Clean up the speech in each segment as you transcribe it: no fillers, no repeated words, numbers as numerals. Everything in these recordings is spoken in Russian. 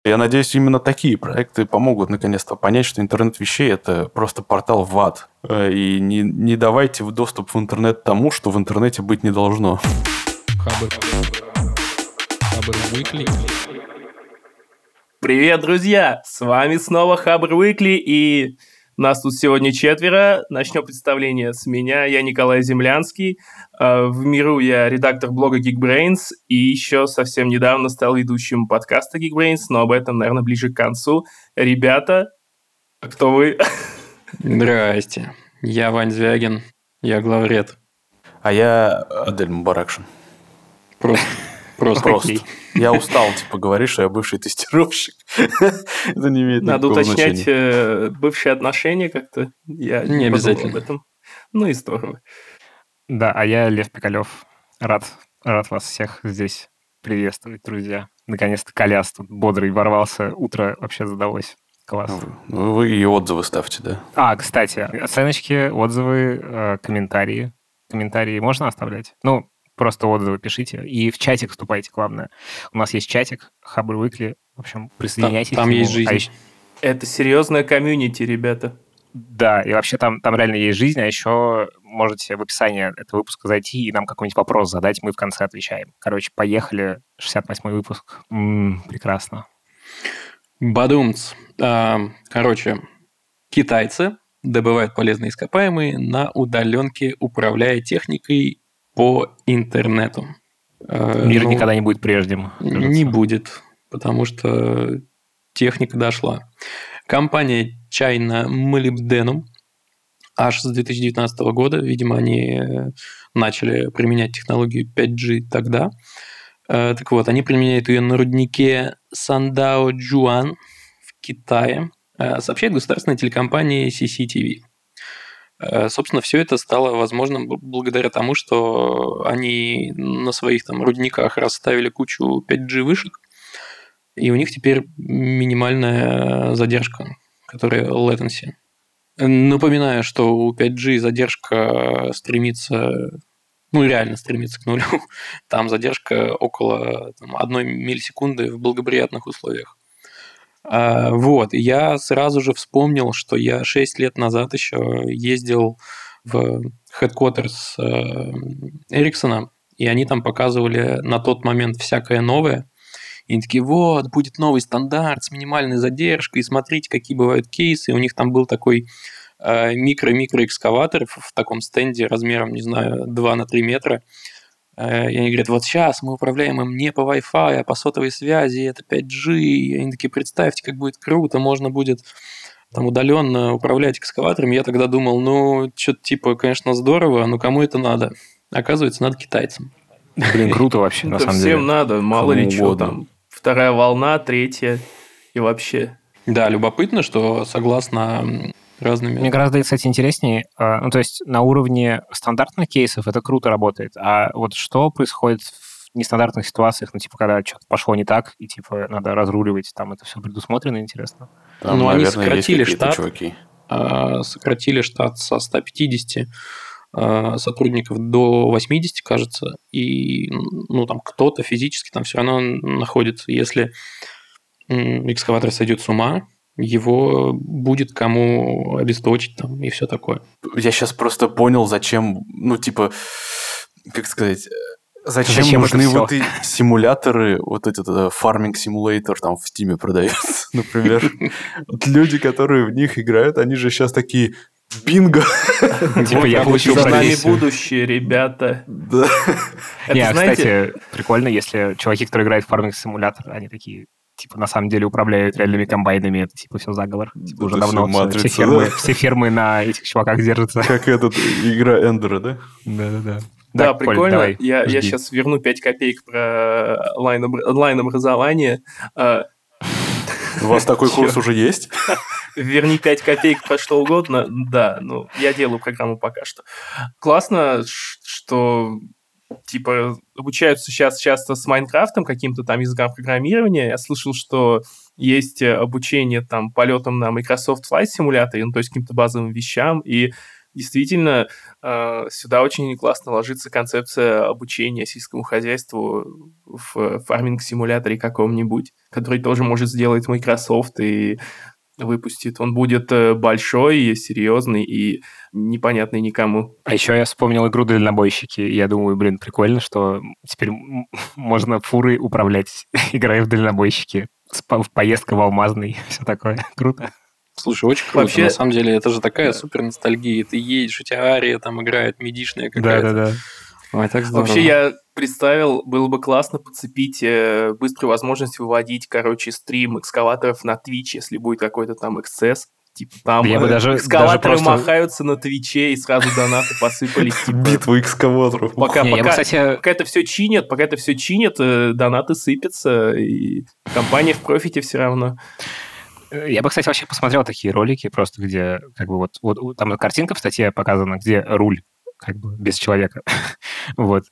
Я надеюсь, именно такие проекты помогут наконец-то понять, что интернет вещей – это просто портал в ад. И не давайте доступ в интернет тому, что в интернете быть не должно. Хабр Weekly. Привет, друзья! С вами снова Хабр Weekly, и нас тут сегодня 4. Начнем представление с меня. Я Николай Землянский. В миру я редактор блога Geekbrains, и еще совсем недавно стал ведущим подкаста Geekbrains, но об этом, наверное, ближе к концу. Ребята, кто вы? Здрасте. Я Вань Звягин, я главред. А я Адель Мубаракшин. Просто. Я устал, говоришь, что я бывший тестировщик. Это не имеет Надо никакого уточнять значения. бывшие отношения как-то. Я Не обязательно. об этом. Ну и здорово. Да, а я Лев Пикалев. Рад вас всех здесь приветствовать, друзья. Наконец-то Коляс тут бодрый ворвался. Утро вообще задалось. Класс. Ну, вы и отзывы ставьте, да? Кстати, оценочки, отзывы, комментарии. Комментарии можно оставлять? Ну, просто отзывы пишите. И в чатик вступайте, главное. У нас есть чатик, Хабр Weekly. В общем, присоединяйтесь. Там есть жизнь. Это серьезная комьюнити, ребята. Да, и вообще там реально есть жизнь, а еще можете в описании этого выпуска зайти и нам какой-нибудь вопрос задать, мы в конце отвечаем. Короче, поехали. 68-й выпуск. Прекрасно. Бадумц. Короче, китайцы добывают полезные ископаемые на удаленке, управляя техникой по интернету. Мир никогда не будет прежним. Не будет, потому что техника дошла. Компания China Molybdenum аж с 2019 года, видимо, они начали применять технологию 5G тогда. Так вот, они применяют ее на руднике Сандао-Джуан в Китае, сообщает государственная телекомпания CCTV. Собственно, все это стало возможным благодаря тому, что они на своих там рудниках расставили кучу 5G-вышек, и у них теперь минимальная задержка, которая latency. Напоминаю, что у 5G задержка реально стремится к нулю. Там задержка около 1 миллисекунды в благоприятных условиях. Вот, я сразу же вспомнил, что я 6 лет назад еще ездил в headquarters Эриксона, и они там показывали на тот момент всякое новое. И они такие, вот, будет новый стандарт с минимальной задержкой, и смотрите, какие бывают кейсы. И у них там был такой микро-микро экскаватор в таком стенде размером, не знаю, 2 на 3 метра. И они говорят, вот сейчас мы управляем им не по Wi-Fi, а по сотовой связи, это 5G. И они такие, представьте, как будет круто, можно будет там удаленно управлять экскаватором. Я тогда думал, что-то конечно, здорово, но кому это надо? Оказывается, надо китайцам. Блин, круто вообще, на самом деле. Всем надо, мало ли что там. 2 волна, 3 и вообще. Да, любопытно, что согласно разными... Мне гораздо, кстати, интереснее, то есть на уровне стандартных кейсов это круто работает, а вот что происходит в нестандартных ситуациях, когда что-то пошло не так, и надо разруливать, там это все предусмотрено, интересно? Там, они наверное, сократили штат. Чуваки. Сократили штат со 150 сотрудников до 80, кажется, и там кто-то физически там все равно находится. Если экскаватор сойдет с ума, его будет кому обесточить там и все такое. Я сейчас просто понял, зачем, как сказать, зачем нужны вот эти симуляторы, вот этот фарминг симулятор там в Steam продается, например. Вот люди, которые в них играют, они же сейчас такие... Бинго! Я получил За нами профессию. Будущее, ребята. Да. Кстати, прикольно, если чуваки, которые играют в фарминг-симулятор, они такие, на самом деле управляют реальными комбайнами, это, все заговор. Уже давно все фермы на этих чуваках держатся. Как игра Эндера, да? Да-да-да. Да, прикольно. Я сейчас верну 5 копеек про онлайн-образование. У вас такой курс уже есть? Верни 5 копеек про что угодно. Да, я делаю программу пока что. Классно, что обучаются сейчас часто с Майнкрафтом, каким-то там языкам программирования. Я слышал, что есть обучение там полетам на Microsoft Flight Simulator, то есть каким-то базовым вещам. И действительно, сюда очень классно ложится концепция обучения сельскому хозяйству в фарминг-симуляторе каком-нибудь, который тоже может сделать Microsoft и выпустит. Он будет большой, серьезный и непонятный никому. А еще я вспомнил игру «Дальнобойщики». Я думаю, прикольно, что теперь можно фурой управлять, играя в дальнобойщики. Поездка в Алмазный, все такое. Круто. Слушай, очень круто. Вообще, на самом деле, это же такая супер ностальгия. Ты едешь, у тебя ария там играет, мидишная какая-то. Да. Ой, так здорово. Вообще, я представил, было бы классно подцепить быструю возможность выводить, стрим экскаваторов на Twitch, если будет какой-то там эксцесс. Типа там экскаваторы даже махаются на Твиче, и сразу донаты посыпались. Битва экскаваторов. Пока это все чинят, донаты сыпятся, и компания в профите все равно. Я бы, кстати, вообще посмотрел такие ролики, просто где вот там картинка в статье показана, где руль без человека. Вот.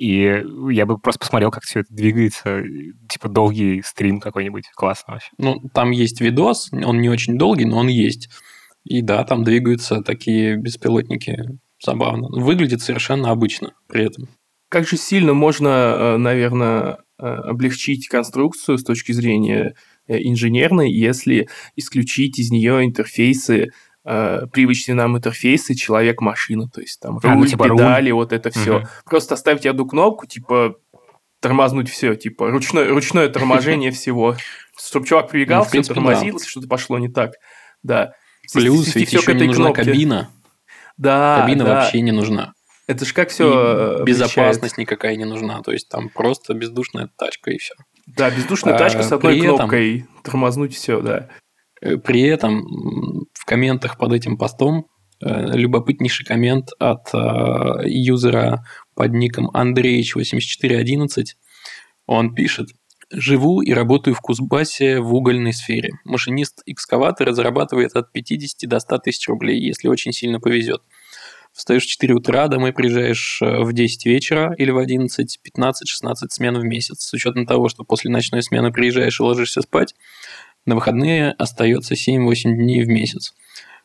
И я бы просто посмотрел, как все это двигается. Типа долгий стрим какой-нибудь. Классно вообще. Ну, там есть видос, он не очень долгий, но он есть. И да, там двигаются такие беспилотники. Забавно. Выглядит совершенно обычно при этом. Как же сильно можно, наверное, облегчить конструкцию с точки зрения инженерной, если исключить из нее интерфейсы, привычные нам интерфейсы человек-машина, то есть там руль, педали, вот это все. Просто оставьте одну кнопку, типа тормознуть все, типа ручное торможение всего. Чтобы чувак прибегал, все тормозил, если что-то пошло не так. Да. Плюс ведь еще не нужна кабина. Да, кабина вообще не нужна. Это же как все безопасность никакая не нужна, то есть там просто бездушная тачка и все. Да, бездушная тачка с одной кнопкой, тормознуть все, да. При этом в комментах под этим постом любопытнейший коммент от юзера под ником Андреич8411. Он пишет: «Живу и работаю в Кузбассе в угольной сфере. Машинист экскаватора зарабатывает от 50 до 100 тысяч рублей, если очень сильно повезет. Встаешь в 4 утра, домой приезжаешь в 10 вечера или в 11, 15-16 смен в месяц. С учетом того, что после ночной смены приезжаешь и ложишься спать, на выходные остается 7-8 дней в месяц».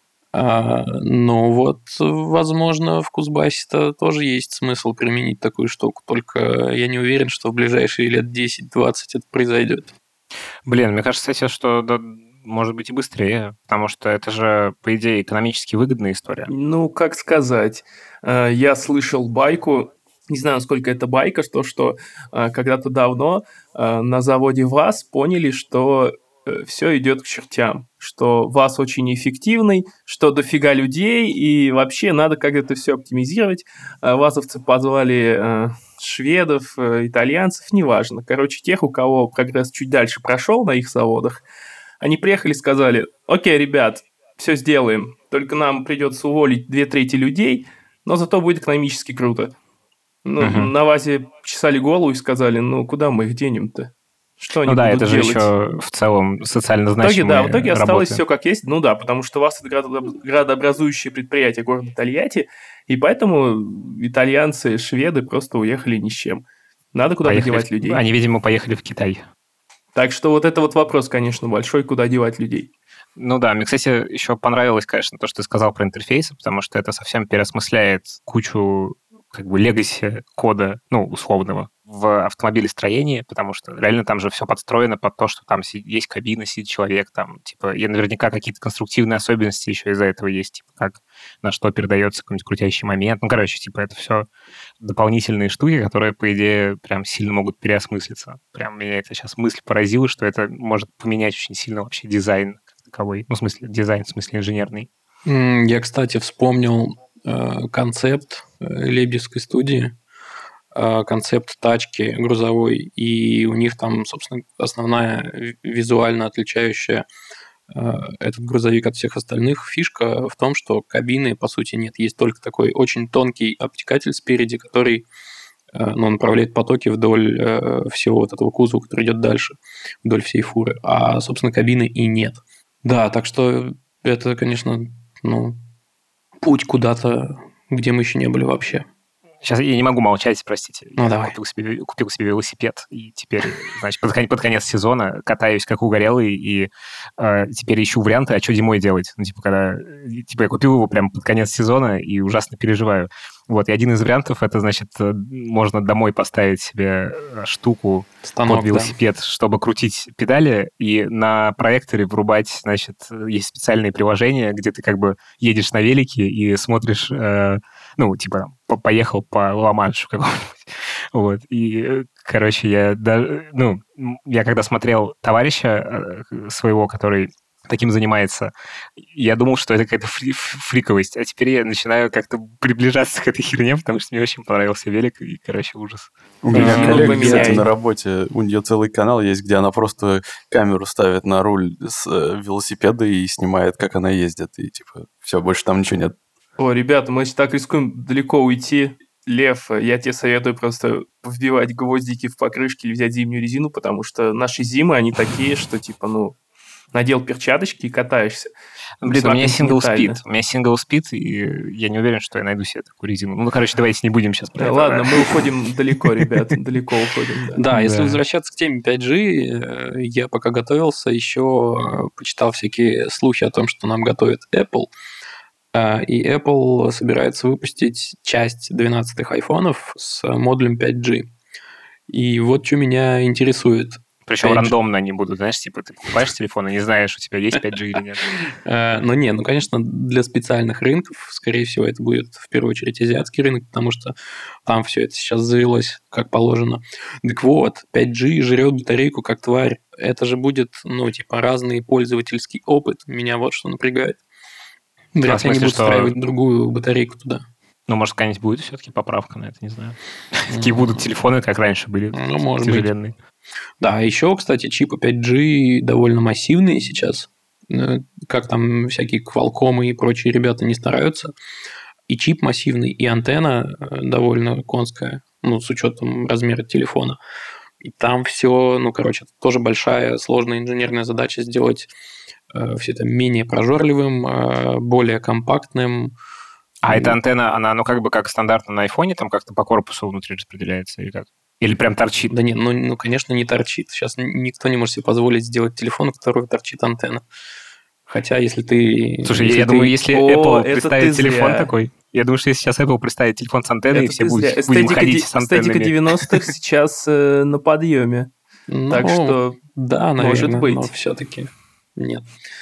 Ну вот, возможно, в Кузбассе-то тоже есть смысл применить такую штуку, только я не уверен, что в ближайшие лет 10-20 это произойдет. Мне кажется, кстати, что может быть и быстрее, потому что это же, по идее, экономически выгодная история. Ну, как сказать, я слышал байку, не знаю, насколько это байка, что когда-то давно на заводе ВАЗ поняли, что все идет к чертям, что ВАЗ очень эффективный, что дофига людей, и вообще надо как это все оптимизировать. ВАЗовцы позвали шведов, итальянцев, неважно. Тех, у кого прогресс чуть дальше прошел на их заводах, они приехали и сказали: окей, ребят, все сделаем, только нам придется уволить 2/3 людей, но зато будет экономически круто. На ВАЗе чесали голову и сказали: куда мы их денем-то? Что они будут это делать? же еще в целом социально значимые в итоге осталось все как есть. Потому что ВАЗ – это градообразующее предприятие города Тольятти, и поэтому итальянцы, шведы просто уехали ни с чем. Надо куда-то девать людей. Они, видимо, поехали в Китай. Так что вот это вот вопрос, конечно, большой, куда девать людей. Мне, кстати, еще понравилось, конечно, то, что ты сказал про интерфейсы, потому что это совсем переосмысляет кучу легаси кода, условного, в автомобилестроении, потому что реально там же все подстроено под то, что там есть кабина, сидит человек, там, и наверняка какие-то конструктивные особенности еще из-за этого есть, как на что передается какой-нибудь крутящий момент. Это все дополнительные штуки, которые, по идее, прям сильно могут переосмыслиться. Прям меня это сейчас мысль поразила, что это может поменять очень сильно вообще дизайн как таковой. Дизайн в смысле инженерный. Я, кстати, вспомнил концепт лебедевской студии, концепт тачки грузовой, и у них там, собственно, основная визуально отличающая этот грузовик от всех остальных фишка в том, что кабины, по сути, нет. Есть только такой очень тонкий обтекатель спереди, который направляет потоки вдоль всего вот этого кузова, который идет дальше, вдоль всей фуры. А, собственно, кабины и нет. Да, так что это, конечно, путь куда-то, где мы еще не были вообще. Сейчас я не могу молчать, простите. Ну, я давай. Купил себе велосипед, и теперь, значит, под конец сезона катаюсь как угорелый, и теперь ищу варианты, а что зимой делать. Ну, типа, я купил его прямо под конец сезона и ужасно переживаю. Вот, и один из вариантов, это, значит, можно домой поставить себе штуку под велосипед, чтобы крутить педали, и на проекторе врубать, значит, есть специальные приложения, где ты как бы едешь на велике и смотришь, поехал по Ла-Маншу какому-нибудь. Вот, и, короче, я когда смотрел товарища своего, который таким занимается, я думал, что это какая-то фриковость, а теперь я начинаю как-то приближаться к этой херне, потому что мне очень понравился велик, и, короче, ужас. У меня коллега, кстати, на работе, у нее целый канал есть, где она просто камеру ставит на руль с велосипеда и снимает, как она ездит, и, типа, все, больше там ничего нет. О, ребята, мы так рискуем далеко уйти. Лев, я тебе советую просто вбивать гвоздики в покрышки или взять зимнюю резину, потому что наши зимы, они такие, что, типа, надел перчаточки и катаешься. Блин, у меня сингл-спид, и я не уверен, что я найду себе такую резину. Ну, короче, давайте не будем сейчас про это. Ладно, мы уходим далеко, ребят, далеко уходим. Да, если возвращаться к теме 5G, я пока готовился, еще почитал всякие слухи о том, что нам готовит Apple. И Apple собирается выпустить часть 12-х айфонов с модулем 5G. И вот что меня интересует. Причем рандомно они будут, знаешь, типа ты покупаешь телефон и не знаешь, у тебя есть 5G или нет. Конечно, для специальных рынков, скорее всего, это будет в первую очередь азиатский рынок, потому что там все это сейчас завелось как положено. Так вот, 5G жрет батарейку как тварь. Это же будет, разный пользовательский опыт. Меня вот что напрягает. Вряд ли они будут встраивать другую батарейку туда. Ну, может, какая-нибудь будет все-таки поправка на это, не знаю. Такие будут телефоны, как раньше были, тяжеленные. Да, еще, кстати, чипы 5G довольно массивные сейчас. Как там всякие Qualcomm и прочие ребята не стараются. И чип массивный, и антенна довольно конская, с учетом размера телефона. И там все, это тоже большая, сложная инженерная задача сделать все это менее прожорливым, более компактным. А эта антенна, она, как стандартно на айфоне, там как-то по корпусу внутри распределяется или как? Или прям торчит? Да нет, конечно, не торчит. Сейчас никто не может себе позволить сделать телефон, у которого торчит антенна. Хотя, если ты... Слушай, я думаю, если Apple представит телефон такой... Я думаю, что если сейчас Apple представит телефон с антенной, и все будем ходить с антеннами. Эстетика 90-х сейчас на подъеме. Так что, да, наверное, может быть. Но все-таки нет.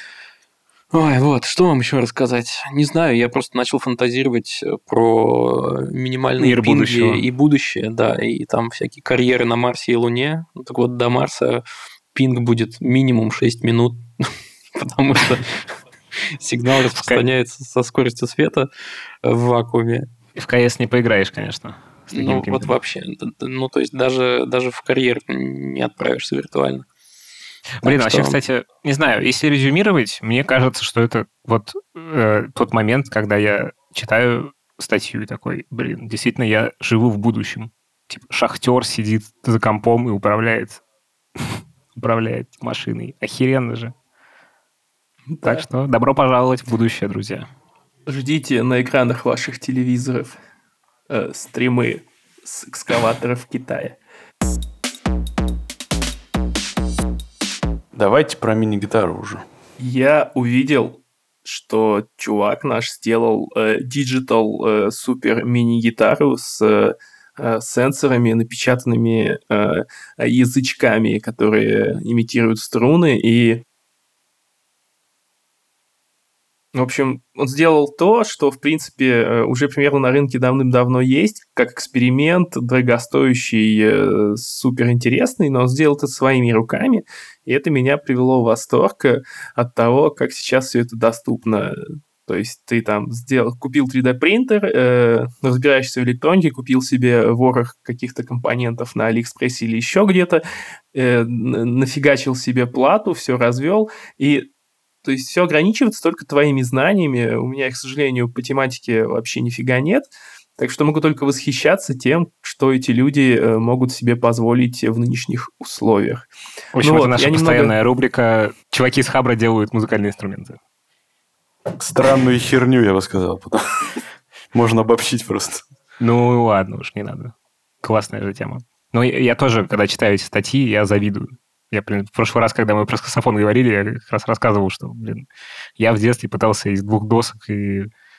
Ой, вот, что вам еще рассказать? Не знаю, я просто начал фантазировать про минимальные пинги и будущее, да, и там всякие карьеры на Марсе и Луне. Так вот, до Марса пинг будет минимум 6 минут, потому что сигнал распространяется со скоростью света в вакууме. И в КС не поиграешь, конечно. Вот вообще. То есть даже в карьер не отправишься виртуально. Блин, вообще, кстати, не знаю, если резюмировать, мне кажется, что это вот тот момент, когда я читаю статью и такой, действительно, я живу в будущем. Типа шахтер сидит за компом и управляет машиной. Охеренно же. Да. Так что добро пожаловать в будущее, друзья. Ждите на экранах ваших телевизоров стримы с экскаваторов Китая. Давайте про мини-гитару уже. Я увидел, что чувак наш сделал диджитал супер мини-гитару с сенсорами, напечатанными язычками, которые имитируют струны. И, в общем, он сделал то, что, в принципе, уже примерно на рынке давным-давно есть, как эксперимент, дорогостоящий, суперинтересный, но он сделал это своими руками, и это меня привело в восторг от того, как сейчас все это доступно. То есть ты там купил 3D-принтер, разбираешься в электронике, купил себе ворох каких-то компонентов на Алиэкспрессе или еще где-то, нафигачил себе плату, все развел, и то есть все ограничивается только твоими знаниями. У меня, к сожалению, по тематике вообще нифига нет. Так что могу только восхищаться тем, что эти люди могут себе позволить в нынешних условиях. В общем, это наша постоянная рубрика «Чуваки с Хабра делают музыкальные инструменты». Странную херню, я бы сказал. Можно обобщить просто. Ну, ладно уж, не надо. Классная же тема. Но я тоже, когда читаю эти статьи, я завидую. Я, в прошлый раз, когда мы про саксофон говорили, я как раз рассказывал, что, я в детстве пытался из 2 досок и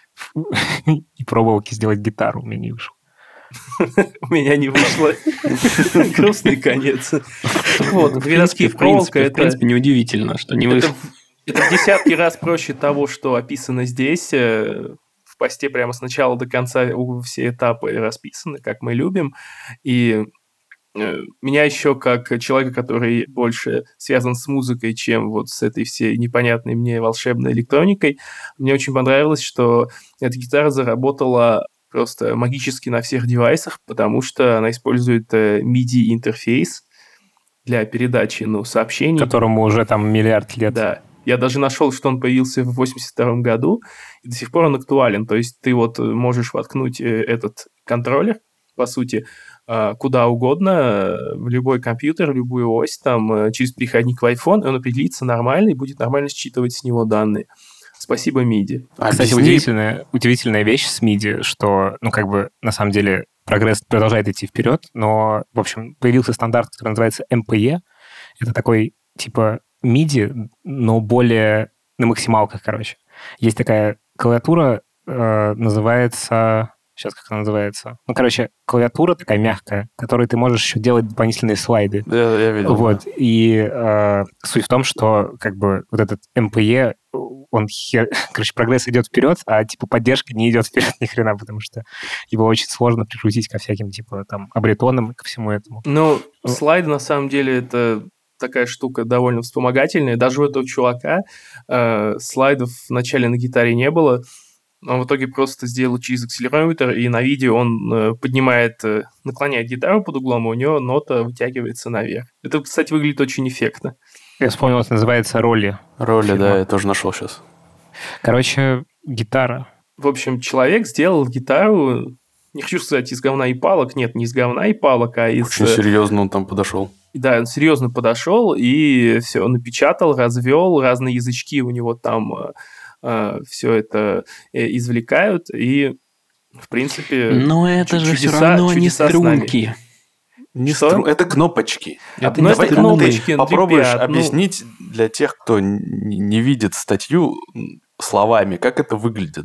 проволоки сделать гитару, у меня не вышло. У меня не вышло. Грустный конец. Вот, 2 доски и проволока. В принципе, неудивительно, что не вышло. Это в десятки раз проще того, что описано здесь. В посте прямо с начала до конца все этапы расписаны, как мы любим. И меня еще, как человека, который больше связан с музыкой, чем вот с этой всей непонятной мне волшебной электроникой, мне очень понравилось, что эта гитара заработала просто магически на всех девайсах, потому что она использует MIDI-интерфейс для передачи сообщений. Которому уже там миллиард лет. Да. Я даже нашел, что он появился в 1982 году, и до сих пор он актуален. То есть ты вот можешь воткнуть этот контроллер, по сути, куда угодно, в любой компьютер, в любую ось, там, через переходник в iPhone, и он определится нормально и будет нормально считывать с него данные. Спасибо, MIDI. Кстати, удивительная вещь с MIDI, что, на самом деле, прогресс продолжает идти вперед, но, в общем, появился стандарт, который называется MPE. Это такой, типа, MIDI, но более на максималках, короче. Есть такая клавиатура, называется... Сейчас как она называется? Клавиатура такая мягкая, которой ты можешь еще делать дополнительные слайды. Да, я видел. Вот. И суть в том, что вот этот MPE, он прогресс идет вперед, а поддержка не идет вперед ни хрена, потому что его очень сложно прикрутить ко всяким абритонам и ко всему этому. Слайды на самом деле это такая штука довольно вспомогательная. Даже у этого чувака слайдов вначале на гитаре не было. Он в итоге просто сделал через акселерометр, и на видео он наклоняет гитару под углом, и у него нота вытягивается наверх. Это, кстати, выглядит очень эффектно. Я вспомнил, это называется роли. Роли, да, я тоже нашел сейчас. Гитара. В общем, человек сделал гитару, не хочу сказать, из говна и палок. Нет, не из говна и палок, а из... Очень серьезно он там подошел. Да, он серьезно подошел, и все, он напечатал, развел, разные язычки у него там... все это извлекают, и, в принципе... Но это же все равно не струнки. Это кнопочки. Это кнопочки, попробуешь объяснить для тех, кто не видит статью словами, как это выглядит?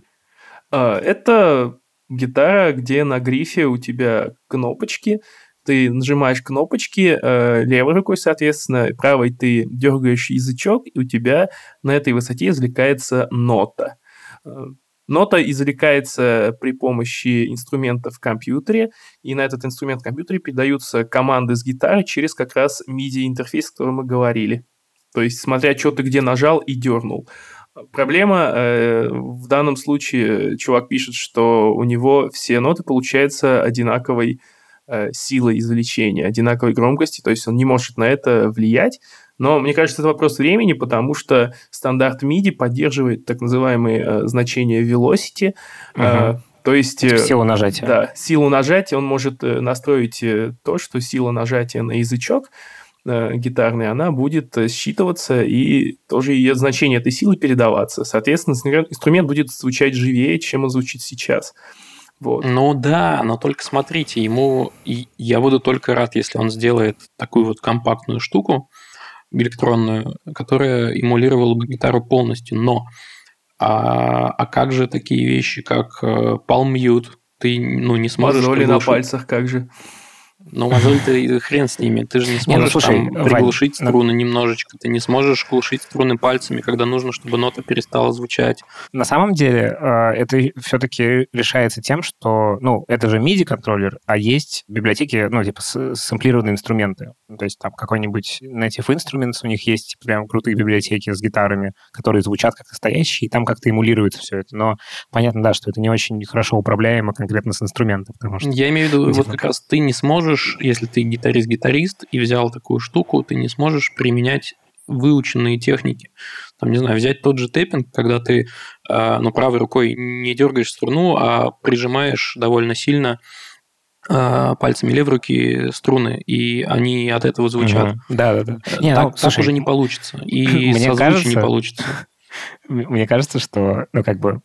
Это гитара, где на грифе у тебя кнопочки, ты нажимаешь кнопочки левой рукой, соответственно, правой ты дергаешь язычок, и у тебя на этой высоте извлекается нота. Нота извлекается при помощи инструмента в компьютере, и на этот инструмент в компьютере передаются команды с гитары через как раз MIDI-интерфейс, о котором мы говорили. То есть, смотря, что ты где нажал и дернул. Проблема в данном случае, чувак пишет, что у него все ноты получаются одинаковой силой извлечения, одинаковой громкости, то есть он не может на это влиять. Но мне кажется, это вопрос времени, потому что стандарт MIDI поддерживает так называемые значения velocity, то есть... Силу нажатия. Да, силу нажатия. Он может настроить то, что сила нажатия на язычок гитарный, она будет считываться, и тоже ее значение этой силы передаваться. Соответственно, инструмент будет звучать живее, чем он звучит сейчас. Вот. Ну да, но только смотрите, я буду только рад, если он сделает такую вот компактную штуку электронную, которая эмулировала бы гитару полностью. Но а как же такие вещи, как Palm Mute? Ты не сможешь... Мозоли на пальцах, как же? Ну, мозоли-то хрен с ними. Ты же не сможешь приглушить струны немножечко. Ты не сможешь глушить струны пальцами, когда нужно, чтобы нота перестала звучать. На самом деле, это все-таки решается тем, что, это же MIDI-контроллер, а есть библиотеки, сэмплированные инструменты. То есть там какой-нибудь Native Instruments, у них есть прям крутые библиотеки с гитарами, которые звучат как настоящие, и там как-то эмулируется все это. Но понятно, да, что это не очень хорошо управляемо конкретно с инструментом. Потому что, я имею в виду, вот как раз ты не сможешь, если ты гитарист и взял такую штуку, ты не сможешь применять выученные техники. Там, не знаю, взять тот же тэппинг, когда ты правой рукой не дергаешь струну, а прижимаешь довольно сильно пальцами левой руки струны, и они от этого звучат. Да. Так уже не получится. И созвучие не получится. Мне кажется, что,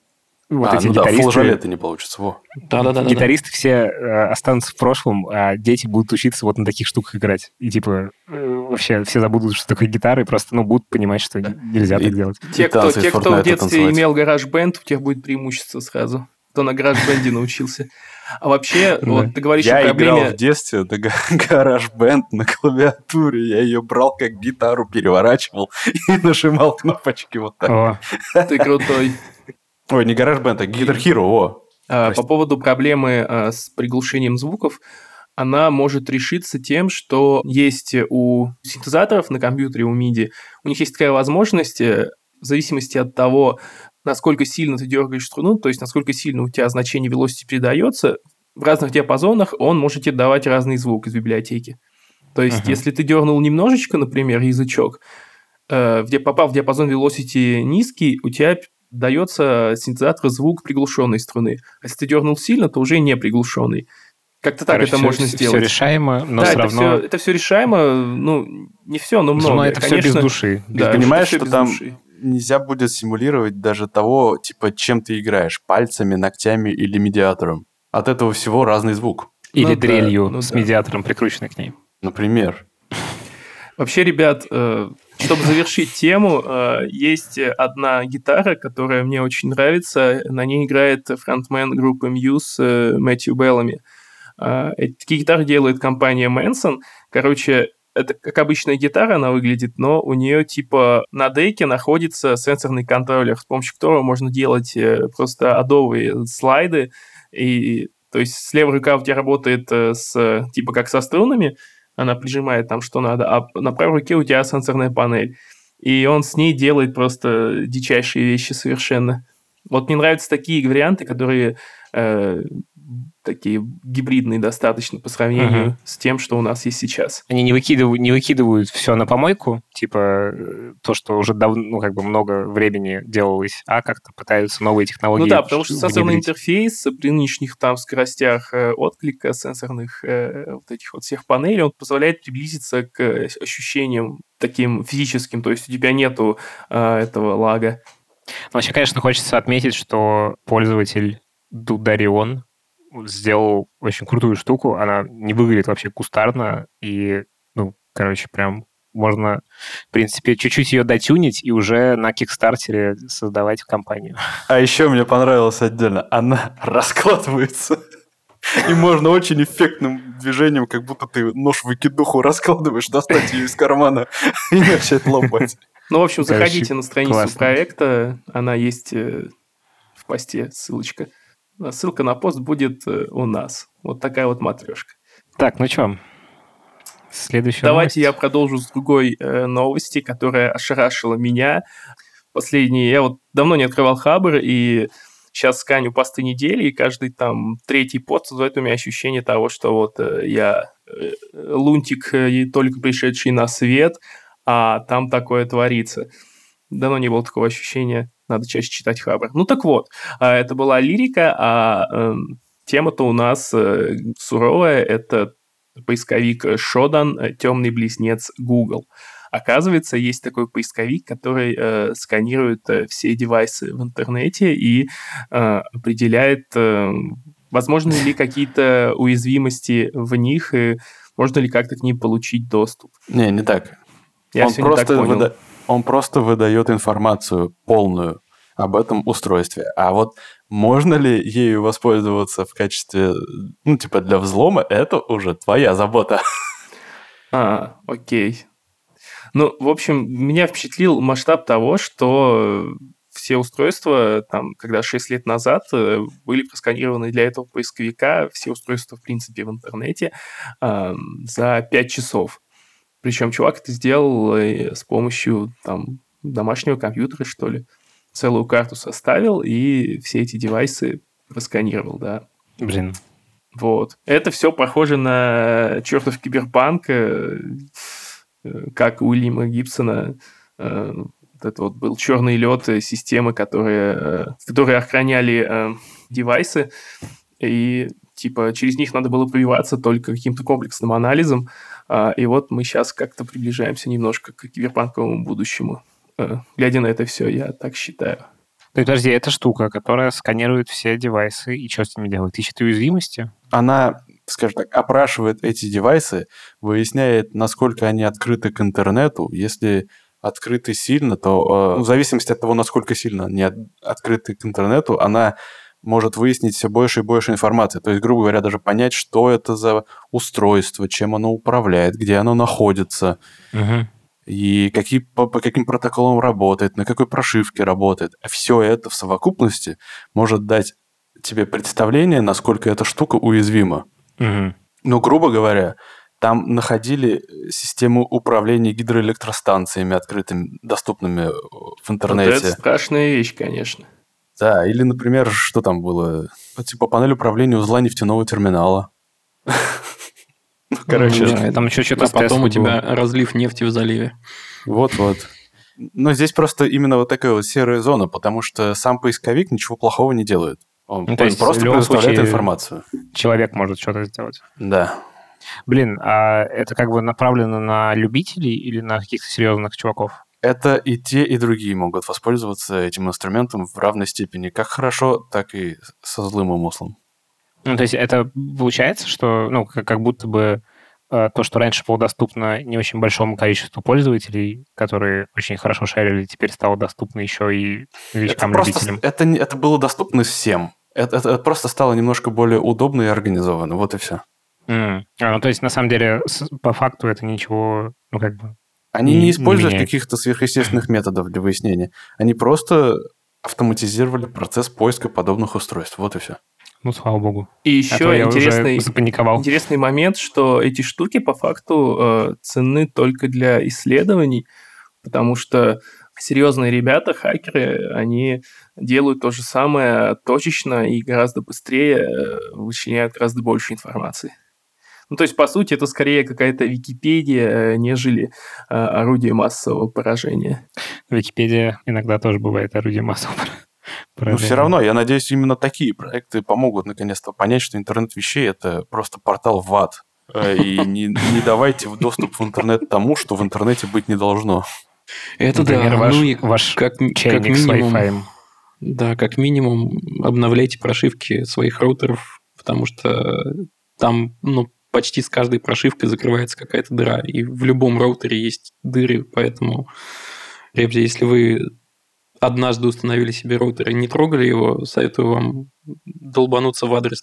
вот эти ну да, гитаристы... флажолеты не получится, во. Да-да-да. Гитаристы все останутся в прошлом, а дети будут учиться вот на таких штуках играть. И типа вообще все забудут, что такое гитара, и просто будут понимать, что нельзя так делать. Те, кто в детстве имел гараж-бенд, у тех будет преимущество сразу. Кто на гараж-бенде научился. А вообще, вот ты говоришь о проблеме... Я играл в детстве на гараж-бенд на клавиатуре. Я ее брал как гитару, переворачивал и нажимал кнопочки вот так. Ты крутой. Ой, не гараж-бенд, а Guitar Hero, По поводу проблемы с приглушением звуков, она может решиться тем, что есть у синтезаторов на компьютере, у MIDI, у них есть такая возможность, в зависимости от того, насколько сильно ты дергаешь струну, то есть насколько сильно у тебя значение velocity передается, в разных диапазонах он может тебе давать разный звук из библиотеки. То есть, если ты дернул немножечко, например, язычок, попав в диапазон velocity низкий, у тебя дается синтезатору звук приглушенной струны. А если ты дернул сильно, то уже не приглушенный. Как-то так это можно сделать. Все решаемо, но да, все равно... это все решаемо, ну, не все, но много. Но это конечно, все без души. Да, ты понимаешь, что там нельзя будет симулировать даже того, типа, чем ты играешь, пальцами, ногтями или медиатором. От этого всего разный звук. Или дрелью с медиатором, прикрученной к ней. Например. Вообще, ребят, чтобы завершить тему, есть одна гитара, которая мне очень нравится. На ней играет фронтмен группы Muse Мэтью Беллами. Такие гитары делает компания Manson. Короче, это как обычная гитара, она выглядит, но у нее типа на деке находится сенсорный контроллер, с помощью которого можно делать просто адовые слайды. И, то есть с левой рука у тебя работает типа как со струнами, она прижимает там что надо, а на правой руке у тебя сенсорная панель. И он с ней делает просто дичайшие вещи совершенно. Вот мне нравятся такие варианты, которые такие гибридные достаточно по сравнению с тем, что у нас есть сейчас. Они не выкидывают все на помойку, типа то, что уже давно, как бы много времени делалось, а как-то пытаются новые технологии Ну да, потому что сенсорный интерфейс при нынешних там скоростях отклика сенсорных вот этих вот всех панелей, он позволяет приблизиться к ощущениям таким физическим, то есть у тебя нету этого лага. Вообще, конечно, хочется отметить, что пользователь Дударион сделал очень крутую штуку. Она не выглядит вообще кустарно. И, прям можно, в принципе, чуть-чуть ее дотюнить и уже на Кикстартере создавать компанию. А еще мне понравилось отдельно. Она раскладывается. И можно очень эффектным движением, как будто ты нож-выкидуху раскладываешь, достать ее из кармана и начать ломать. Ну, в общем, заходите на страницу проекта. Она есть в посте, ссылочка. Ссылка на пост будет у нас. Вот такая вот матрешка. Так, ну что, следующая Давайте новость. Я продолжу с другой новости, которая ошарашила меня. Я вот давно не открывал Хабр, и сейчас сканю посты недели, и каждый там третий пост создает у меня ощущение того, что вот я лунтик, только пришедший на свет, а там такое творится. Давно не было такого ощущения. Надо чаще читать Хабр. Ну так вот, это была лирика, а тема-то у нас суровая. Это поисковик Shodan, темный близнец Google. Оказывается, есть такой поисковик, который сканирует все девайсы в интернете и определяет, возможны ли какие-то уязвимости в них, и можно ли как-то к ним получить доступ. Не так. Я все не так понял. Он просто выдает информацию полную об этом устройстве. А вот можно ли ею воспользоваться в качестве, для взлома, это уже твоя забота. Окей. Ну, в общем, меня впечатлил масштаб того, что все устройства, там, когда 6 лет назад были просканированы для этого поисковика, все устройства, в принципе, в интернете за 5 часов. Причем чувак это сделал с помощью там домашнего компьютера, что ли. Целую карту составил и все эти девайсы просканировал, да. Блин. Вот. Это все похоже на чертов киберпанк, как у Уильяма Гибсона. Это вот был черный лед системы, которые охраняли девайсы, и типа через них надо было пробиваться только каким-то комплексным анализом. И вот мы сейчас как-то приближаемся немножко к киберпанковому будущему. Глядя на это все, я так считаю. То есть, подожди, это штука, которая сканирует все девайсы и что с ними делает? Ищет уязвимости? Она, скажем так, опрашивает эти девайсы, выясняет, насколько они открыты к интернету. Если открыты сильно, то в зависимости от того, насколько сильно они открыты к интернету, она может выяснить все больше и больше информации. То есть, грубо говоря, даже понять, что это за устройство, чем оно управляет, где оно находится, и по каким протоколам работает, на какой прошивке работает. Все это в совокупности может дать тебе представление, насколько эта штука уязвима. Ну, грубо говоря, там находили систему управления гидроэлектростанциями открытыми, доступными в интернете. Вот это страшная вещь, конечно. Да, или, например, что там было? Типа панель управления узла нефтяного терминала. Короче, там еще что-то. А потом у тебя разлив нефти в заливе. Вот-вот. Но здесь просто именно вот такая вот серая зона, потому что сам поисковик ничего плохого не делает. Он просто предоставляет информацию. Человек может что-то сделать. Да. Блин, а это как бы направлено на любителей или на каких-то серьезных чуваков? Это и те, и другие могут воспользоваться этим инструментом в равной степени. Как хорошо, так и со злым умыслом. Ну, то есть это получается, что как будто бы то, что раньше было доступно не очень большому количеству пользователей, которые очень хорошо шарили, теперь стало доступно еще и новичкам-любителям. Это было доступно всем. Это просто стало немножко более удобно и организовано. Вот и все. То есть, на самом деле, по факту это ничего, Они не используют каких-то сверхъестественных методов для выяснения. Они просто автоматизировали процесс поиска подобных устройств. Вот и все. Ну, слава богу. И еще запаниковал. Интересный момент, что эти штуки по факту ценны только для исследований, потому что серьезные ребята, хакеры, они делают то же самое точечно и гораздо быстрее вычленяют гораздо больше информации. Ну, то есть, по сути, это скорее какая-то Википедия, нежели орудие массового поражения. Википедия иногда тоже бывает орудием массового поражения. Но все равно, я надеюсь, именно такие проекты помогут наконец-то понять, что интернет вещей – это просто портал в ад. И не давайте доступ в интернет тому, что в интернете быть не должно. Это например, да, ваш как чайник с Wi-Fi. Да, как минимум обновляйте прошивки своих роутеров, потому что там, почти с каждой прошивкой закрывается какая-то дыра, и в любом роутере есть дыры, поэтому, ребята, если вы однажды установили себе роутер и не трогали его, советую вам долбануться в адрес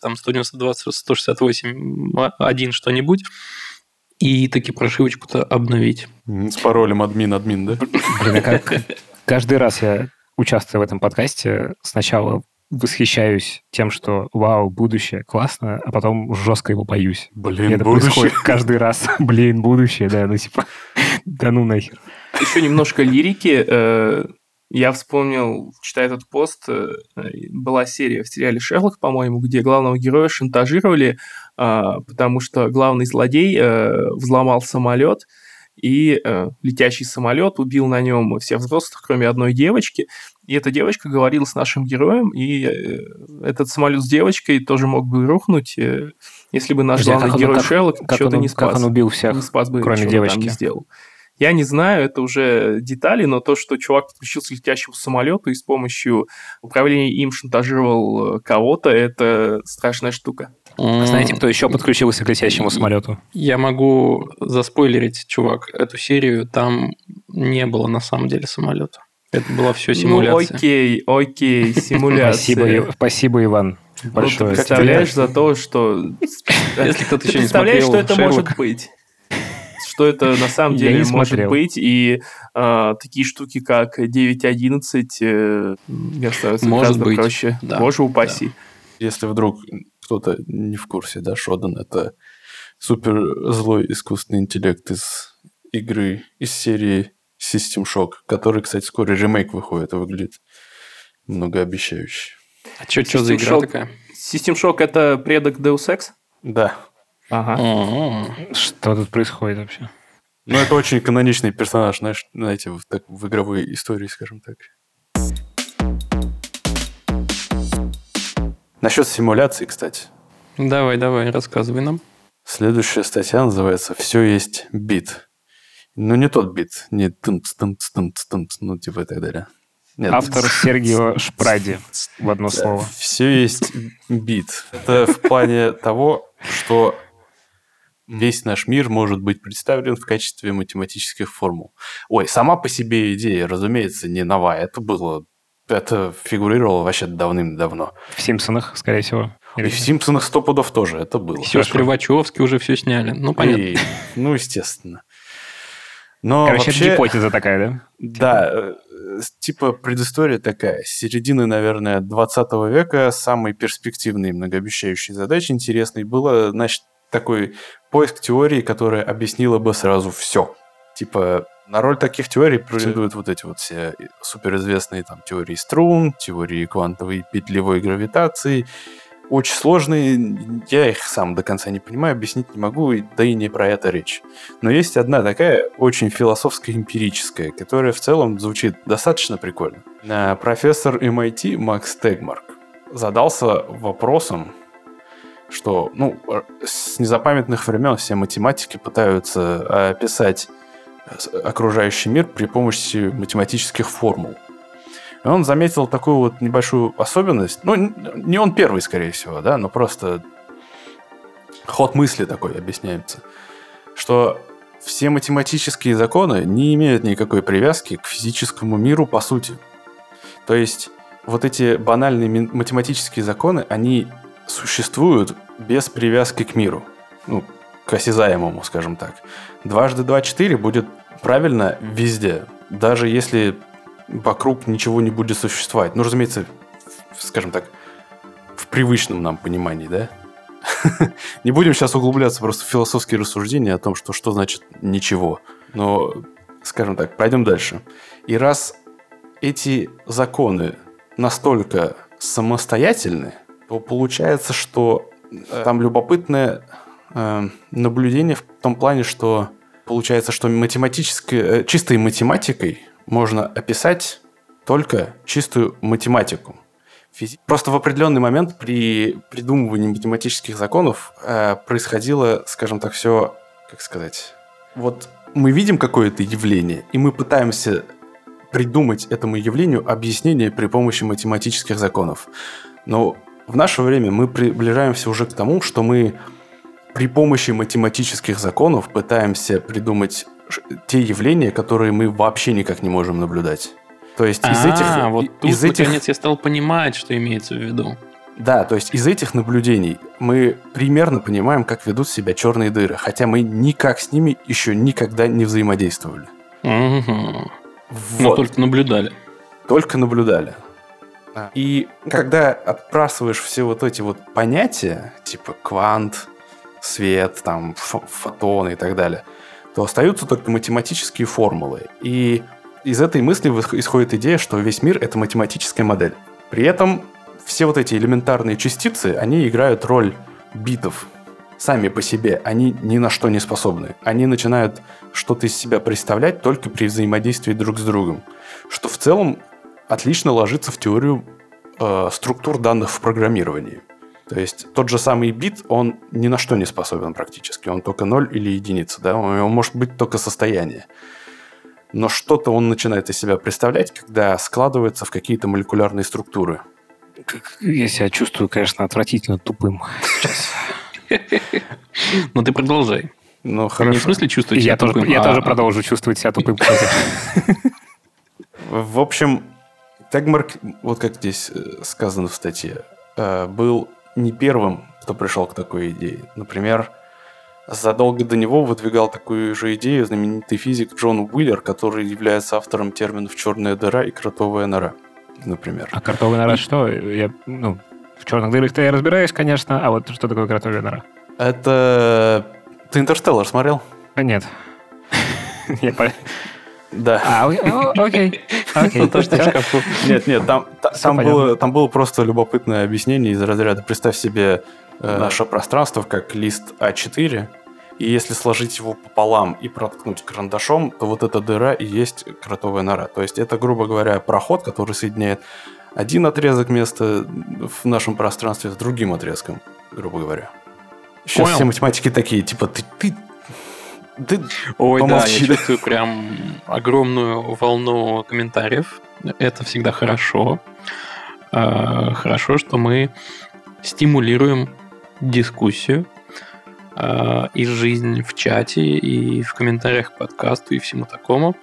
192.168.1 что-нибудь и таки прошивочку-то обновить. С паролем админ, да? Блин, каждый раз я участвую в этом подкасте, сначала восхищаюсь тем, что вау, будущее, классно, а потом жестко его боюсь. Блин, это будущее. Происходит каждый раз. Блин, будущее, да, да ну нахер. Еще немножко лирики. Я вспомнил, читая этот пост, была серия в сериале «Шерлок», по-моему, где главного героя шантажировали, потому что главный злодей взломал самолет, и летящий самолет убил на нем всех взрослых, кроме одной девочки. И эта девочка говорила с нашим героем, и этот самолет с девочкой тоже мог бы рухнуть, если бы наш главный герой Шерлок что-то не спас. Как он убил всех, не спас бы, кроме девочки? Не сделал. Я не знаю, это уже детали, но то, что чувак подключился к летящему самолету и с помощью управления им шантажировал кого-то, это страшная штука. Знаете, кто еще подключился к летящему самолету? Я могу заспойлерить, чувак, эту серию. Там не было на самом деле самолета. Это была все симуляция. Ну, окей, симуляция. Спасибо, Иван. Большое. Ты представляешь за то, что... Если кто-то еще не представляешь, что это Шерлок. может быть. Что это на самом деле может быть, и такие штуки, как 9.11, мне становится гораздо проще. Да. Боже упаси. Да. Если вдруг кто-то не в курсе, да, Shodan — это супер злой искусственный интеллект из игры, из серии System Shock, который, кстати, скоро ремейк выходит и выглядит многообещающе. А что за игра такая? System Shock — это предок Deus Ex? Да. Ага. Что тут происходит вообще? Ну, это очень каноничный персонаж, знаете, в игровой истории, скажем так. Насчет симуляции, кстати. Давай, рассказывай нам. Следующая статья называется «Все есть бит». Ну, не тот бит, не тынц, ну, типа и так далее. Нет. Автор Сергио Шпради, в одно слово. Все есть бит. Это в плане того, что весь наш мир может быть представлен в качестве математических формул. Ой, сама по себе идея, разумеется, не новая. Это фигурировало вообще давным-давно. В «Симпсонах», скорее всего. И в «Симпсонах» 100 пудов тоже это было. Сестры Вачовски уже все сняли. Ну, понятно. Ну, естественно. Но короче, вообще, это гипотеза такая, да? Да, типа предыстория такая. С середины, наверное, 20 века самой перспективной и многообещающей задачей интересной было, значит, такой поиск теории, которая объяснила бы сразу все. Типа, на роль таких теорий претендуют вот эти вот все суперизвестные там теории струн, теории квантовой петлевой гравитации. Очень сложные, я их сам до конца не понимаю, объяснить не могу, да и не про это речь. Но есть одна такая очень философская, эмпирическая, которая в целом звучит достаточно прикольно. Профессор MIT Макс Тегмарк задался вопросом, что, с незапамятных времен все математики пытаются описать окружающий мир при помощи математических формул. И он заметил такую вот небольшую особенность. Не он первый, скорее всего, да, но просто ход мысли такой объясняется, что все математические законы не имеют никакой привязки к физическому миру по сути. То есть вот эти банальные математические законы, они существуют без привязки к миру. К осязаемому, скажем так. 2 × 2 = 4 будет правильно везде, даже если вокруг ничего не будет существовать. Разумеется, скажем так, в привычном нам понимании, да? Не будем сейчас углубляться просто в философские рассуждения о том, что значит ничего. Но, скажем так, пройдем дальше. И раз эти законы настолько самостоятельны, то получается, что там любопытное наблюдение в том плане, что получается, что чистой математикой можно описать только чистую математику. Просто в определенный момент при придумывании математических законов происходило, скажем так, все, как сказать... Вот мы видим какое-то явление, и мы пытаемся придумать этому явлению объяснение при помощи математических законов. Но в наше время мы приближаемся уже к тому, что мы при помощи математических законов пытаемся придумать те явления, которые мы вообще никак не можем наблюдать. То есть наконец я стал понимать, что имеется в виду. Да, то есть из этих наблюдений мы примерно понимаем, как ведут себя черные дыры, хотя мы никак с ними еще никогда не взаимодействовали. Угу. Но только наблюдали. Только наблюдали. И когда отбрасываешь все вот эти вот понятия, типа квант, свет, там, фотоны и так далее, то остаются только математические формулы. И из этой мысли исходит идея, что весь мир — это математическая модель. При этом все вот эти элементарные частицы, они играют роль битов. Сами по себе они ни на что не способны. Они начинают что-то из себя представлять только при взаимодействии друг с другом. Что в целом отлично ложится в теорию структур данных в программировании. То есть тот же самый бит, он ни на что не способен практически. Он только 0 или единица. Да? У него может быть только состояние. Но что-то он начинает из себя представлять, когда складывается в какие-то молекулярные структуры. Я себя чувствую, конечно, отвратительно тупым сейчас. Но ты продолжай. Ну, хорошо. Не в смысле чувствовать себя тупым. Я тоже продолжу чувствовать себя тупым, кстати. В общем, Тегмарк, вот как здесь сказано в статье, был не первым, кто пришел к такой идее. Например, задолго до него выдвигал такую же идею знаменитый физик Джон Уиллер, который является автором терминов «черная дыра» и «кротовая нора», например. А кротовая нора что? В черных дырах-то я разбираюсь, конечно, а вот что такое кротовая нора? Это... Ты «Интерстеллар» смотрел? Нет. Да. Окей. Нет, там было просто любопытное объяснение из разряда: представь себе наше пространство как лист А4, и если сложить его пополам и проткнуть карандашом, то вот эта дыра и есть кротовая нора. То есть это, грубо говоря, проход, который соединяет один отрезок места в нашем пространстве с другим отрезком, грубо говоря. Сейчас все математики такие, типа, ты Ой, помолчи, да, я чувствую прям огромную волну комментариев. Это всегда хорошо. Хорошо, что мы стимулируем дискуссию и жизнь в чате, и в комментариях к подкасту, и всему такому.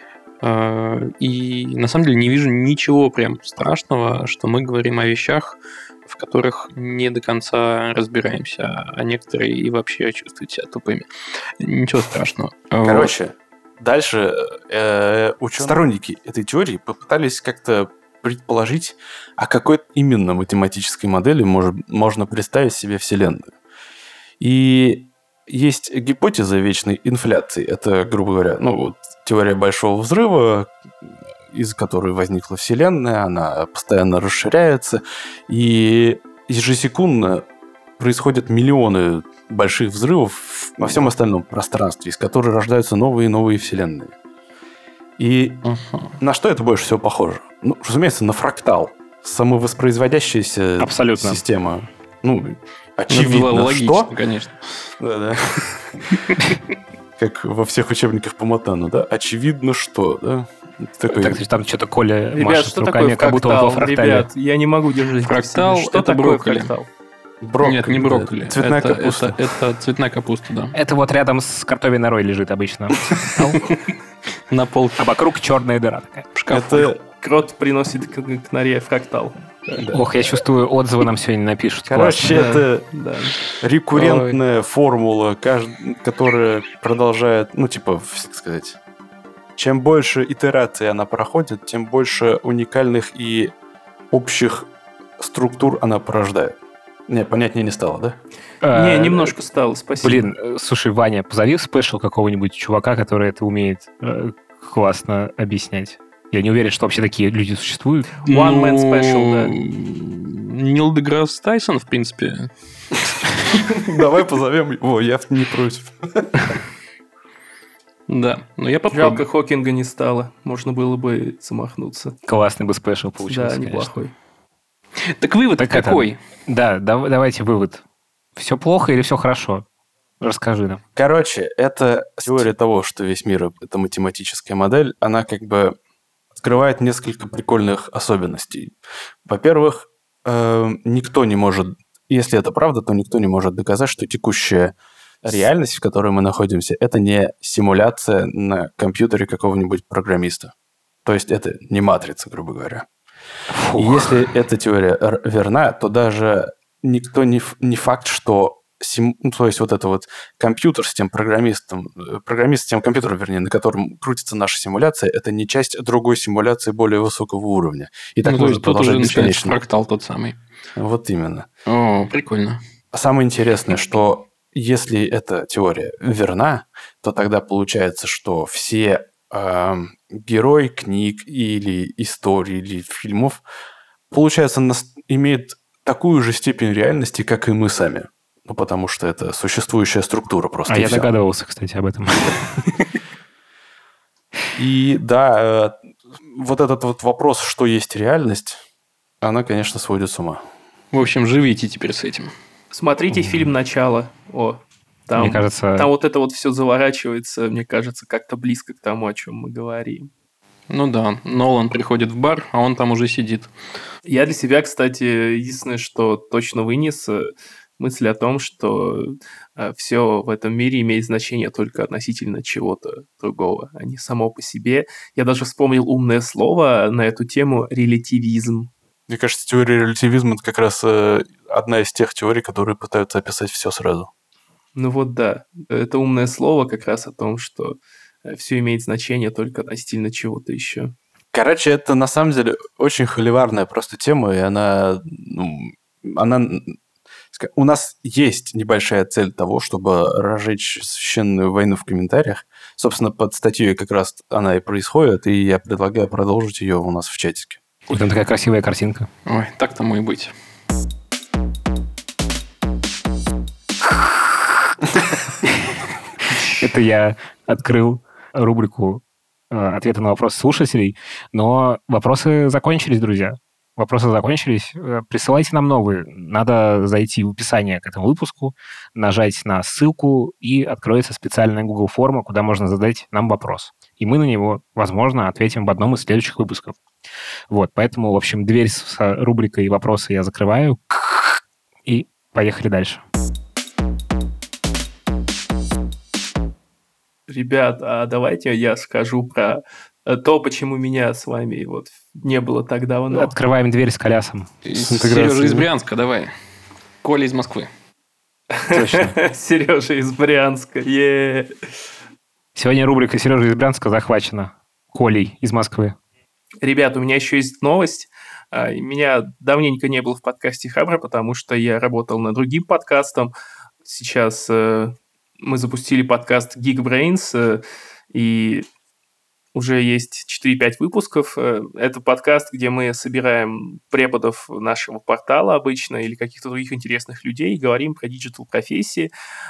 И на самом деле не вижу ничего прям страшного, что мы говорим о вещах, в которых не до конца разбираемся, а некоторые и вообще чувствуют себя тупыми. Ничего страшного. Короче, дальше сторонники этой теории попытались как-то предположить, а какой именно математической модели можно представить себе Вселенную. И есть гипотеза вечной инфляции. Это, грубо говоря, теория Большого Взрыва, из которой возникла Вселенная, она постоянно расширяется, и ежесекундно происходят миллионы больших взрывов во всем остальном пространстве, из которых рождаются новые и новые Вселенные. И на что это больше всего похоже? Разумеется, на фрактал. Самовоспроизводящаяся система. Очевидно, логично, что... конечно. Да. Как во всех учебниках по Матану, да? Очевидно, что, да? Так, там что-то Коля Ребят, машет что руками, такое как будто он во фрактале. Ребят, я не могу держать. Фрактал что это такое брокколи. Фрактал? Брокколи. Нет, не брокколи. Цветная капуста. Это цветная капуста, да. Это вот рядом с картофельной норой лежит обычно. На полке. А вокруг черная дыра такая. Это... Крот приносит к норе фрактал. Ох, я чувствую, отзывы нам сегодня напишут. Короче, это рекуррентная формула, которая продолжает, как сказать, чем больше итераций она проходит, тем больше уникальных и общих структур она порождает. Не, понятнее не стало, да? Не, немножко стало, спасибо. Блин, слушай, Ваня, позови в спешл какого-нибудь чувака, который это умеет классно объяснять. Я не уверен, что вообще такие люди существуют. One Man Special, да. Нил Деграсс Тайсон, в принципе. Давай позовем его, я не против. Да, но я попробую. Жалко, Хокинга не стало. Можно было бы замахнуться. Классный бы спешл получился, Да, неплохой. Так вывод какой? Да, давайте вывод. Все плохо или все хорошо? Расскажи нам. Короче, это теория того, что весь мир — это математическая модель, она как бы открывает несколько прикольных особенностей. Во-первых, никто не может, если это правда, то никто не может доказать, что текущая реальность, в которой мы находимся, это не симуляция на компьютере какого-нибудь программиста. То есть это не матрица, грубо говоря. И если эта теория верна, то даже никто не факт, что то есть вот это вот компьютер с тем программистом, программист с тем компьютером, вернее, на котором крутится наша симуляция, это не часть другой симуляции более высокого уровня. И так можно продолжать бесконечно. Фрактал тот самый. Вот именно. О, прикольно. Самое интересное, что если эта теория верна, то тогда получается, что все герои книг или историй, или фильмов, получается, имеют такую же степень реальности, как и мы сами. Потому что это существующая структура просто. А я догадывался, кстати, об этом. И да, вот этот вот вопрос, что есть реальность, она, конечно, сводит с ума. В общем, живите теперь с этим. Смотрите фильм «Начало». Там, мне кажется... там вот это вот все заворачивается, мне кажется, как-то близко к тому, о чем мы говорим. Ну да, Нолан приходит в бар, а он там уже сидит. Я для себя, кстати, единственное, что точно вынес, мысль о том, что все в этом мире имеет значение только относительно чего-то другого, а не само по себе. Я даже вспомнил умное слово на эту тему — релятивизм. Мне кажется, теория релятивизма — это как раз одна из тех теорий, которые пытаются описать все сразу. Ну вот да, это умное слово как раз о том, что все имеет значение только относительно чего-то еще. Короче, это на самом деле очень холиварная просто тема, и она... У нас есть небольшая цель того, чтобы разжечь священную войну в комментариях. Собственно, под статьей как раз она и происходит, и я предлагаю продолжить ее у нас в чатике. Ой, там такая красивая картинка. Ой, так тому и быть. Это я открыл рубрику ответы на вопросы слушателей, но вопросы закончились, друзья. вопросы закончились. Присылайте нам новые. Надо зайти в описание к этому выпуску, нажать на ссылку, и откроется специальная Google форма, куда можно задать нам вопрос. И мы на него, возможно, ответим в одном из следующих выпусков. Вот, поэтому, в общем, дверь с рубрикой «Вопросы» я закрываю. И поехали дальше. Ребят, а давайте я скажу про то, почему меня с вами вот не было так давно. Открываем дверь с колясом. Сережа из Брянска, давай. Коля из Москвы. Точно. Сережа из Брянска. Сегодня рубрика «Сережа из Брянска» захвачена Колей из Москвы. Ребят, у меня еще есть новость. Меня давненько не было в подкасте Хабра, потому что я работал над другим подкастом. Сейчас мы запустили подкаст Geekbrains, и уже есть 4-5 выпусков. Это подкаст, где мы собираем преподов нашего портала обычно или каких-то других интересных людей и говорим про диджитал-профессии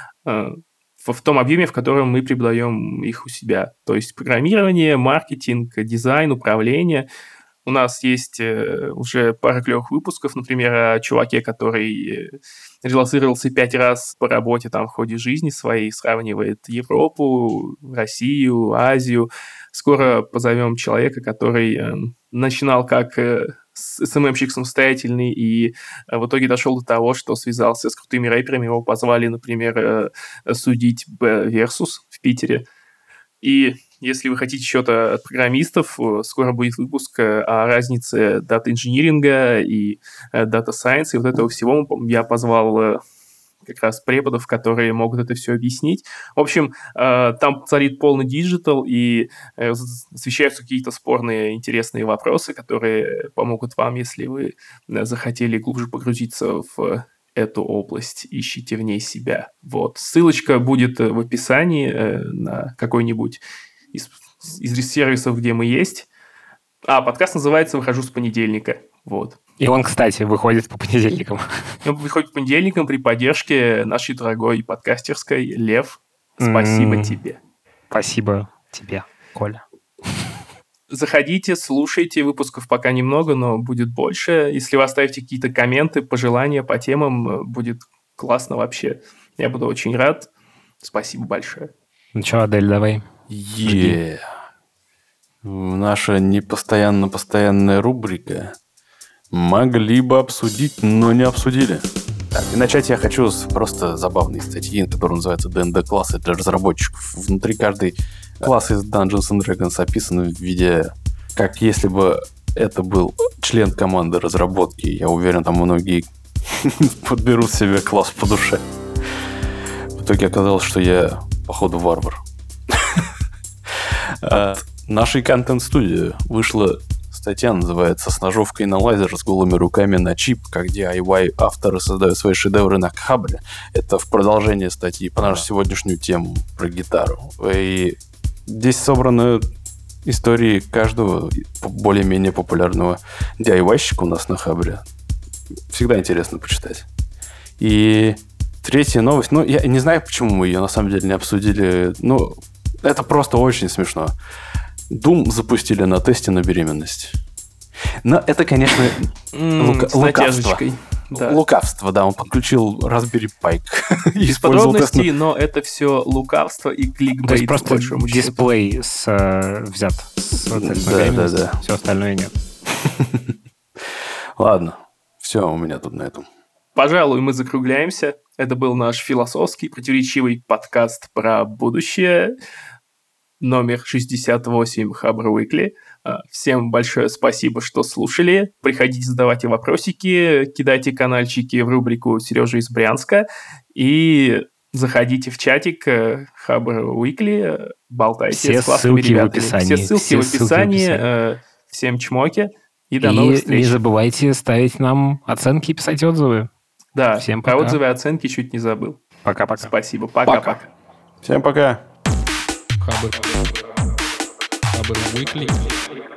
в том объеме, в котором мы преподаем их у себя. То есть программирование, маркетинг, дизайн, управление. У нас есть уже пара клевых выпусков, например, о чуваке, который релоцировался 5 раз по работе там, в ходе жизни своей, сравнивает Европу, Россию, Азию. Скоро позовем человека, который начинал как СММщик самостоятельный и в итоге дошел до того, что связался с крутыми рэперами. Его позвали, например, судить Versus в Питере. И если вы хотите что-то от программистов, скоро будет выпуск о разнице дата-инжиниринга и дата-сайенса, и вот этого всего я позвал как раз преподов, которые могут это все объяснить. В общем, там царит полный диджитал, и освещаются какие-то спорные, интересные вопросы, которые помогут вам, если вы захотели глубже погрузиться в эту область, ищите в ней себя. Вот. Ссылочка будет в описании на какой-нибудь из сервисов, где мы есть. Подкаст называется «Выхожу с понедельника». Вот. И он, кстати, выходит по понедельникам. Он выходит по понедельникам при поддержке нашей дорогой подкастерской Лев. Спасибо тебе. Спасибо тебе, Коля. Заходите, слушайте. Выпусков пока немного, но будет больше. Если вы оставите какие-то комменты, пожелания по темам, будет классно вообще. Я буду очень рад. Спасибо большое. Ну что, Адель, давай. Наша постоянная рубрика «Могли бы обсудить, но не обсудили». Так, и начать я хочу с просто забавной статьи, которая называется D&D-классы для разработчиков. Внутри каждой класса из Dungeons and Dragons описан в виде, как если бы это был член команды разработки. Я уверен, там многие подберут себе класс по душе. В итоге оказалось, что я, походу, варвар. От нашей контент-студии вышла статья, называется «С ножовкой на лазер, с голыми руками на чип. Как DIY авторы создают свои шедевры на Хабре». Это в продолжение статьи по нашу сегодняшнюю тему про гитару. И здесь собраны истории каждого более-менее популярного DIY-щика у нас на Хабре. Всегда интересно почитать. И третья новость. Я не знаю, почему мы ее на самом деле не обсудили. Это просто очень смешно. Doom запустили на тесте на беременность. Но это, конечно, лукавство. Да. Лукавство, да. Он подключил Raspberry Pi. Без подробностей, но это все лукавство и кликбейт. То есть просто дисплей взят с тестом на беременность, да. Все остальное нет. Ладно. Все у меня тут на этом. Пожалуй, мы закругляемся. Это был наш философский, противоречивый подкаст про будущее. Номер 68 Хабр Weekly. Всем большое спасибо, что слушали. Приходите, задавайте вопросики, кидайте канальчики в рубрику «Сережа из Брянска» и заходите в чатик Хабр Weekly, болтайте с классными ребятами. Все ссылки в описании. Всем чмоки и до новых встреч. Не забывайте ставить нам оценки и писать отзывы. Да, всем пока. Про отзывы и оценки чуть не забыл. Пока-пока. Спасибо. Пока-пока. Всем пока. Хабр Weekly.